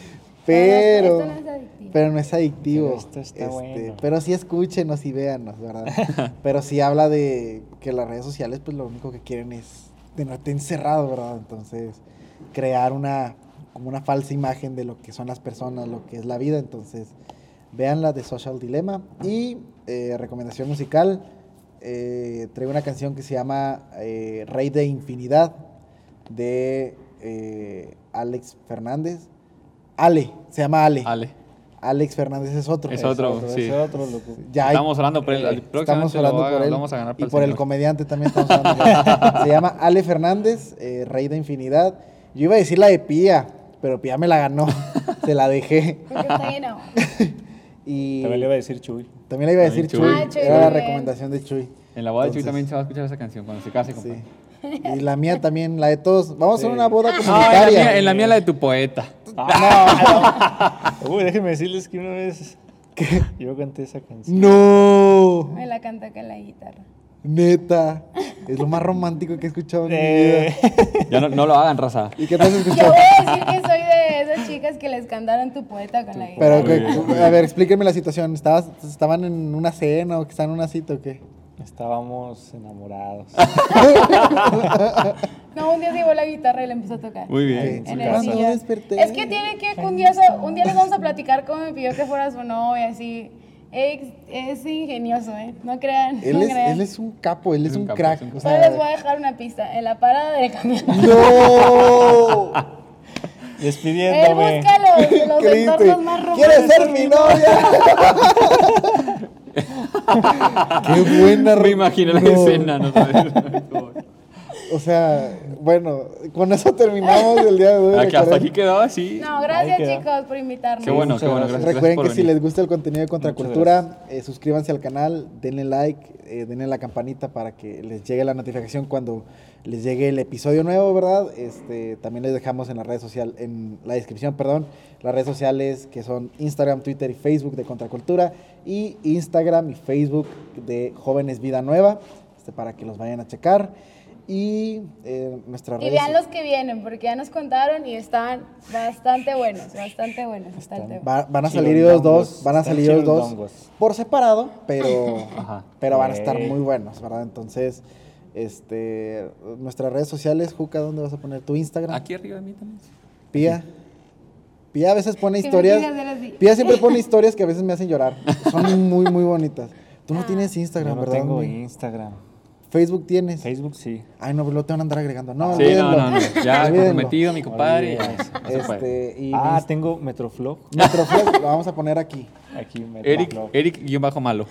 pero, Esto no es adictivo. pero no es adictivo. Pero esto está bueno. Pero sí escúchenos y véanos, ¿verdad? Pero sí habla de que las redes sociales, pues lo único que quieren es tenerte encerrado, ¿verdad? Entonces, crear una, como una falsa imagen de lo que son las personas, lo que es la vida. Entonces, véanla de Social Dilemma. Y eh, recomendación musical, eh, traigo una canción que se llama eh, Rey de Infinidad, de eh, Alex Fernández. Ale, se llama Ale. Ale. Alex Fernández es otro. Es otro, Otro, sí. ese otro, loco. Ya hay- Estamos hablando por él. eh, Próximamente estamos lo hablando va- por él lo vamos a ganar y para el por el señor. comediante también estamos hablando por él. Se llama Ale Fernández, eh, Rey de Infinidad. Yo iba a decir la de Pía, pero Pía me la ganó. Se la dejé. Porque está lleno. Y También le iba a decir Chuy. también le iba a decir Chuy. Chuy. Ah, Chuy, Era la muy bien. recomendación de Chuy. En la boda de Chuy Entonces, también se va a escuchar esa canción cuando se case, Sí. compadre. Y la mía también, la de todos. Vamos a hacer Sí. una boda No, en la, comunitaria. mía, en la mía la de tu poeta. Ah, no, no. Uy, déjenme decirles que una vez yo canté esa canción. No, Me la canta con la guitarra. neta. Es lo más romántico que he escuchado en mi Eh, vida. Ya no, no lo hagan, raza. ¿Y qué te has Yo escuchado? voy a decir que soy de esas chicas que les cantaron tu poeta con la guitarra. Pero, Muy que- bien. a ver, explíquenme la situación. ¿Estabas, ¿Estaban en una cena o que estaban en una cita o qué? Estábamos enamorados. No, un día se llevó la guitarra y la empezó a tocar. Muy bien. Sí. En Sí. el Cuando sillón. desperté. Es que tiene que un día, so- un día les vamos a platicar cómo me pidió que fuera su novia, así. Es, es ingenioso, ¿eh? No crean. Él no es, crean. él es un capo, él es, Es un un capo, crack. es un o Solo sea, les voy a dejar una pista. En la parada del camión. ¡No! Él Despidiéndome. busca los, los ¿Qué dijiste? entornos más románticos. ¿Quieres ser mi novia? ¡Qué buena! Me imaginé la no. escena, ¿no sabes? O sea, bueno, con eso terminamos el día de hoy. Aquí- hasta recuerden- aquí quedó así. No, gracias Ahí queda. chicos por invitarnos. Qué bueno, Muchas qué bueno. gracias. Gracias, Recuerden gracias que por si venir. les gusta el contenido de Muchas Contracultura, eh, suscríbanse al canal, denle like, eh, denle la campanita para que les llegue la notificación cuando les llegue el episodio nuevo, ¿verdad? Este, también les dejamos en la red social, en la descripción, perdón, las redes sociales que son Instagram, Twitter y Facebook de Contracultura y Instagram y Facebook de Jóvenes Vida Nueva, este, para que los vayan a checar. Y eh, nuestras Y redes vean los que vienen, porque ya nos contaron y están bastante buenos, bastante buenos. Bastante buenos. Va- van a salir ellos dos, Chirondongos, van a están salir ellos dos chirondongos. por separado, pero, Ajá. pero van a estar Eh. muy buenos, ¿verdad? Entonces, este, nuestras redes sociales, Juca, ¿dónde vas a poner tu Instagram? Aquí arriba de mí también. Pía. Pía a veces pone Si me historias. quieres hacer así. Pía siempre pone historias que a veces me hacen llorar. Son muy, muy bonitas. Tú no Ah. tienes Instagram, Yo no ¿verdad? tengo hombre? Instagram. Facebook tienes. Facebook sí. Ay, no, pero lo te van a andar agregando. No, Sí, olvídenlo. no, no, no. Ya Olvídenlo. comprometido, mi compadre. Olvídenlo. ya, eso fue. Este, y Ah, mi- tengo Metroflog. nuestro blog lo vamos a poner aquí. Aquí Eric, Metroflog. Eric guión bajo malo.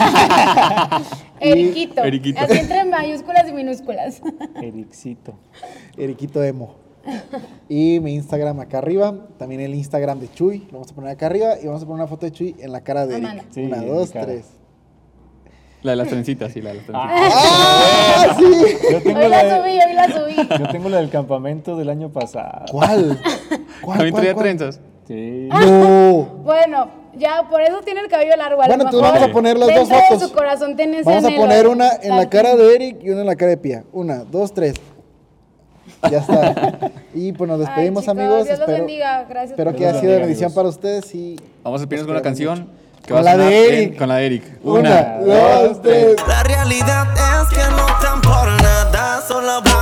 Eriquito. Eriquito. Así entre mayúsculas y minúsculas. Ericito. Eriquito Emo. Y mi Instagram acá arriba. También el Instagram de Chuy. Lo vamos a poner acá arriba. Y vamos a poner una foto de Chuy en la cara de Eric. Amanda. Sí, Una, en dos, mi cara. tres. La de las trencitas, sí, la de las trencitas. ¡Ah, sí! Yo tengo, Hoy la la de- subí, hoy la subí. yo tengo la del campamento del año pasado. ¿Cuál? ¿Cuál, También cuál, traía cuál? trenzas. Sí. No. Bueno, ya por eso tiene el cabello largo. A lo Bueno, entonces mejor vamos a poner las dos dentro de fotos. su corazón tiene ese Vamos a anhelo poner de una en la estar cara juntos. de Eric y una en la cara de Pía. Una, dos, tres. Ya está. Y pues nos Ay, despedimos, chicos, amigos. Dios los Espero, bendiga. Gracias espero por que haya Dios sido de bendiga, bendición amigos. para ustedes y Vamos a despedirnos Los con una queremos canción. que Con va a la sonar de en- Eric. Con la de Eric. una, dos, tres. La realidad es que no tan por nada, solo